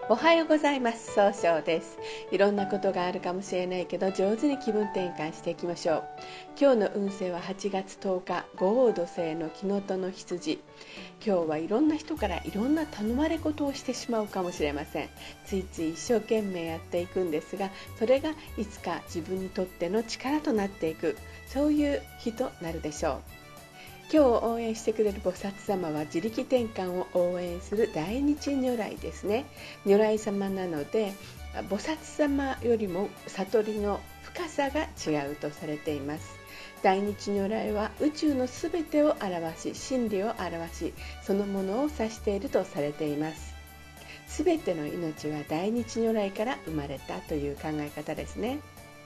おはようございます。総称です。いろんなことがあるかもしれないけど、上手に気分転換していきましょう。今日の運勢は8月10日、五黄土星の木のとの羊。今日はいろんな人からいろんな頼まれ事をしてしまうかもしれません。ついつい一生懸命やっていくんですが、それがいつか自分にとっての力となっていく、そういう日となるでしょう。今日応援してくれる菩薩様は自力転換を応援する大日如来ですね。如来様なので菩薩様よりも悟りの深さが違うとされています。大日如来は宇宙のすべてを表し、真理を表し、そのものを指しているとされています。すべての命は大日如来から生まれたという考え方ですね。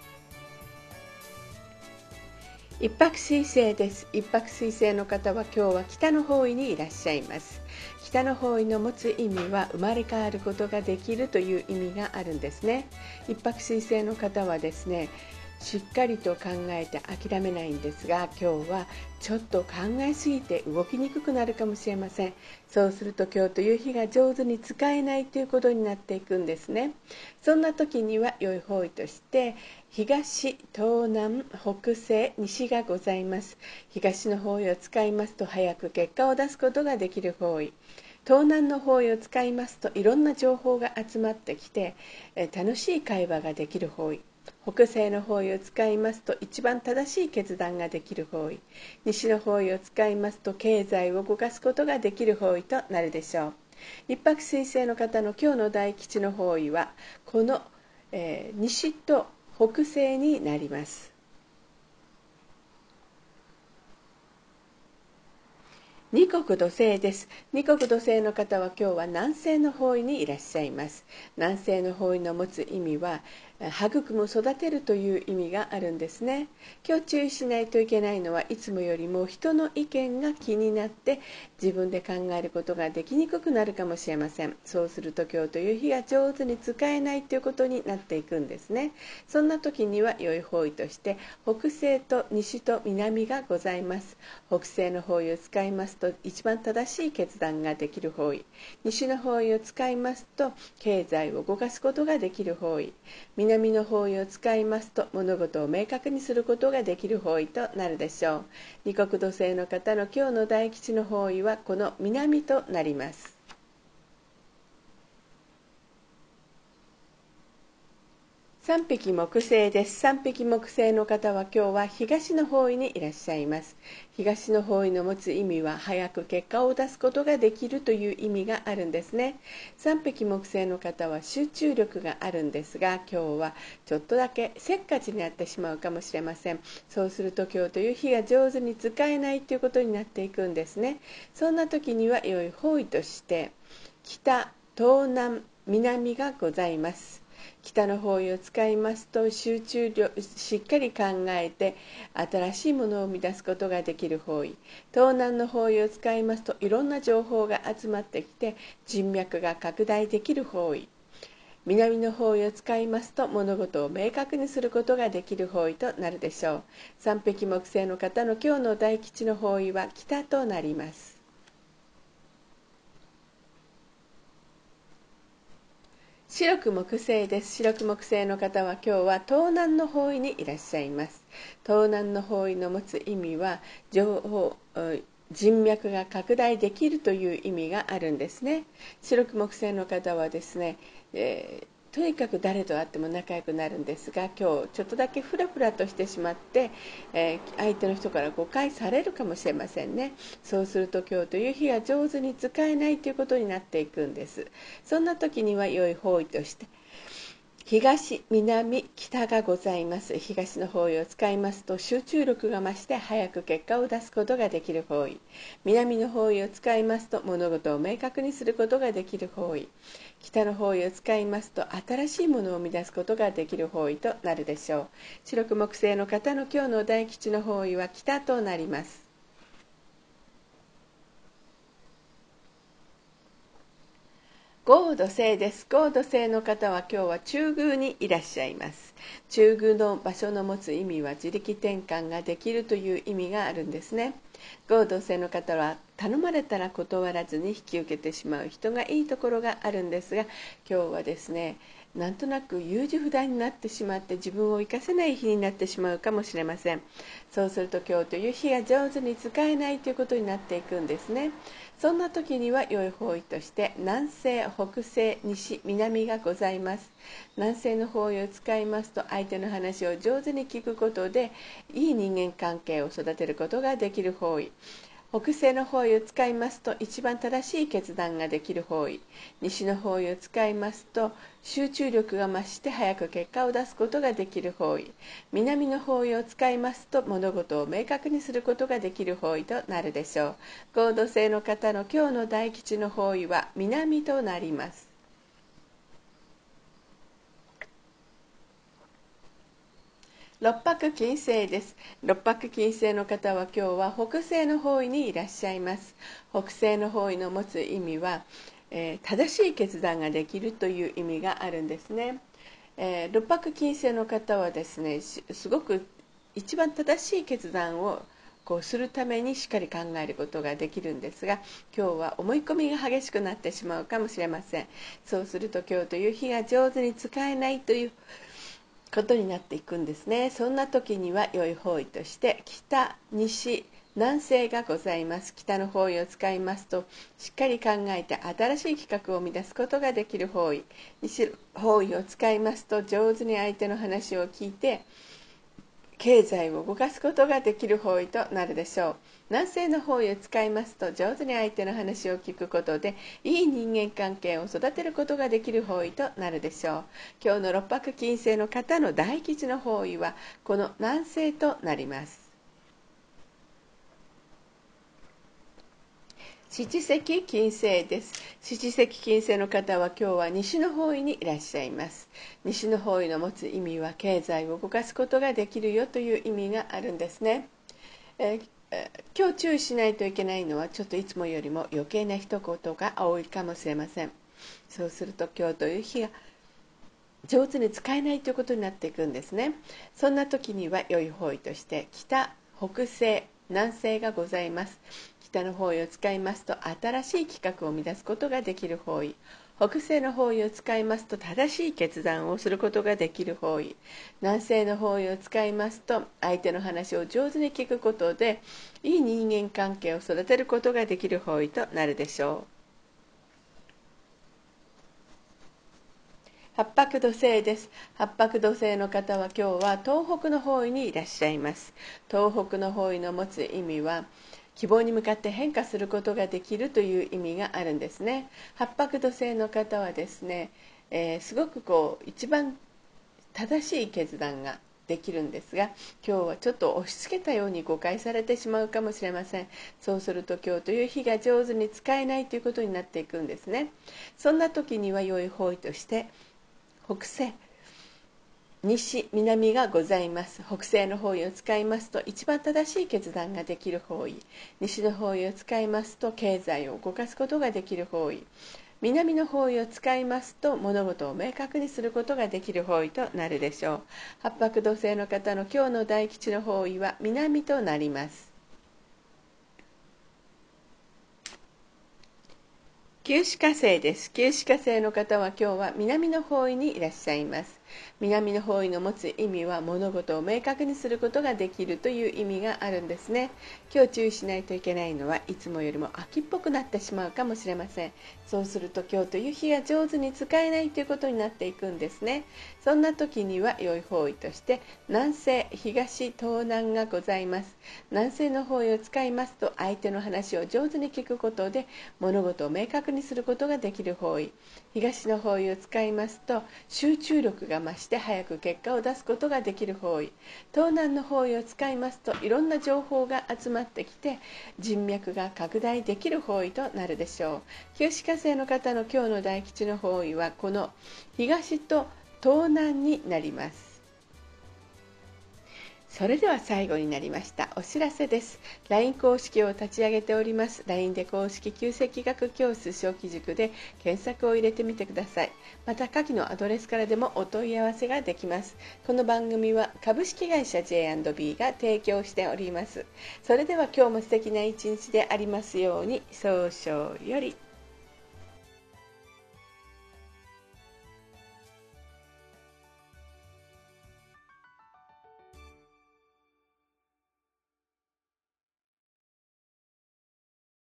一泊水星です。一泊水星の方は今日は北の方位にいらっしゃいます。北の方位の持つ意味は生まれ変わることができるという意味があるんですね。一泊水星の方はですね、しっかりと考えて諦めないんですが、今日はちょっと考えすぎて動きにくくなるかもしれません。そうすると今日という日が上手に使えないということになっていくんですね。そんな時には良い方位として東、東南、北西、西がございます。東の方位を使いますと早く結果を出すことができる方位。東南の方位を使いますといろんな情報が集まってきて楽しい会話ができる方位。北西の方位を使いますと一番正しい決断ができる方位。西の方位を使いますと経済を動かすことができる方位となるでしょう。一泊水星の方の今日の大吉の方位はこの、西と北西になります。二国土星です。二国土星の方は今日は南西の方位にいらっしゃいます。南西の方位の持つ意味は育む育てるという意味があるんですね。今日注意しないといけないのはいつもよりも人の意見が気になって自分で考えることができにくくなるかもしれません。そうすると今日という日が上手に使えないということになっていくんですね。そんな時には良い方位として北西と西と南がございます。北西の方位を使いますと一番正しい決断ができる方位。西の方位を使いますと経済を動かすことができる方位。南の方位を使いますと物事を明確にすることができる方位となるでしょう。二国土星の方の今日の大吉の方位はこの南となります。三匹木星です。三匹木星の方は今日は東の方位にいらっしゃいます。東の方位の持つ意味は早く結果を出すことができるという意味があるんですね。三匹木星の方は集中力があるんですが、今日はちょっとだけせっかちになってしまうかもしれません。そうすると今日という日が上手に使えないということになっていくんですね。そんな時には良い方位として北、東南、南がございます。北の方位を使いますと集中力しっかり考えて新しいものを生み出すことができる方位。東南の方位を使いますといろんな情報が集まってきて人脈が拡大できる方位。南の方位を使いますと物事を明確にすることができる方位となるでしょう。三匹木星の方の今日の大吉の方位は北となります。白く木星です。白く木星の方は今日は東南の方位にいらっしゃいます。東南の方位の持つ意味は情報、人脈が拡大できるという意味があるんですね。白く木星の方はですね、とにかく誰と会っても仲良くなるんですが、今日ちょっとだけフラフラとしてしまって、相手の人から誤解されるかもしれませんね。そうすると今日という日が上手に使えないということになっていくんです。そんな時には良い方位として東、南、北がございます。東の方位を使いますと集中力が増して早く結果を出すことができる方位。南の方位を使いますと物事を明確にすることができる方位。北の方位を使いますと新しいものを生み出すことができる方位となるでしょう。白く木星の方の今日の大吉の方位は北となります。ゴード星です。ゴード星の方は今日は中宮にいらっしゃいます。 中宮の場所の持つ意味は自力転換ができるという意味があるんですね。合同性の方は頼まれたら断らずに引き受けてしまう人がいいところがあるんですが、今日はですね、なんとなく優柔不断になってしまって自分を生かせない日になってしまうかもしれません。そうすると今日という日が上手に使えないということになっていくんですね。そんな時には良い方位として南西、北西、西、南がございます。南西の方位を使いますと、相手の話を上手に聞くことでいい人間関係を育てることができる方位。北西の方位を使いますと一番正しい決断ができる方位。西の方位を使いますと集中力が増して早く結果を出すことができる方位。南の方位を使いますと物事を明確にすることができる方位となるでしょう。合同性の方の今日の大吉の方位は南となります。六白金星です。六白金星の方は今日は北西の方位にいらっしゃいます。北西の方位の持つ意味は、正しい決断ができるという意味があるんですね。六白金星の方はですね、すごく一番正しい決断をするためにしっかり考えることができるんですが、今日は思い込みが激しくなってしまうかもしれません。そうすると今日という日が上手に使えないということになっていくんですね。そんな時には良い方位として北、西、南西がございます。北の方位を使いますとしっかり考えて新しい企画を生み出すことができる方位。西方位を使いますと上手に相手の話を聞いて経済を動かすことができる方位となるでしょう。南西の方位を使いますと上手に相手の話を聞くことでいい人間関係を育てることができる方位となるでしょう。今日の六白金星の方の大吉の方位はこの南西となります。七石金星です。七石金星の方は今日は西の方位にいらっしゃいます。西の方位の持つ意味は経済を動かすことができるよという意味があるんですね。今日注意しないといけないのはちょっといつもよりも余計な一言が多いかもしれません。そうすると今日という日が上手に使えないということになっていくんですね。そんな時には良い方位として北、北西、南西がございます。北の方位を使いますと新しい企画を生み出すことができる方位。北西の方位を使いますと正しい決断をすることができる方位。南西の方位を使いますと相手の話を上手に聞くことでいい人間関係を育てることができる方位となるでしょう。八白土星です。八白土星の方は今日は東北の方位にいらっしゃいます。東北の方位の持つ意味は希望に向かって変化することができるという意味があるんですね。八白土星の方はですね、すごく一番正しい決断ができるんですが、今日はちょっと押し付けたように誤解されてしまうかもしれません。そうすると今日という日が上手に使えないということになっていくんですね。そんな時には良い方位として北西、西、南がございます。北西の方位を使いますと一番正しい決断ができる方位。西の方位を使いますと経済を動かすことができる方位。南の方位を使いますと物事を明確にすることができる方位となるでしょう。八白土星の方の今日の大吉の方位は南となります。九死火星です。九死火星の方は今日は南の方位にいらっしゃいます。南の方位の持つ意味は物事を明確にすることができるという意味があるんですね。今日注意しないといけないのはいつもよりも秋っぽくなってしまうかもしれません。そうすると今日という日が上手に使えないということになっていくんですね。そんな時には良い方位として南西、東、東南がございます。南西の方位を使いますと相手の話を上手に聞くことで物事を明確にすることができる方位。東の方位を使いますと集中力が増して早く結果を出すことができる方位。東南の方位を使いますといろんな情報が集まってきて人脈が拡大できる方位となるでしょう。九死火星の方の今日の大吉の方位はこの東と東南になります。 それでは最後になりました。お知らせです。LINE 公式を立ち上げております。LINE で公式旧積学教室小規塾で検索を入れてみてください。また下記のアドレスからでもお問い合わせができます。この番組は株式会社 J&B が提供しております。それでは今日も素敵な一日でありますように。早々より。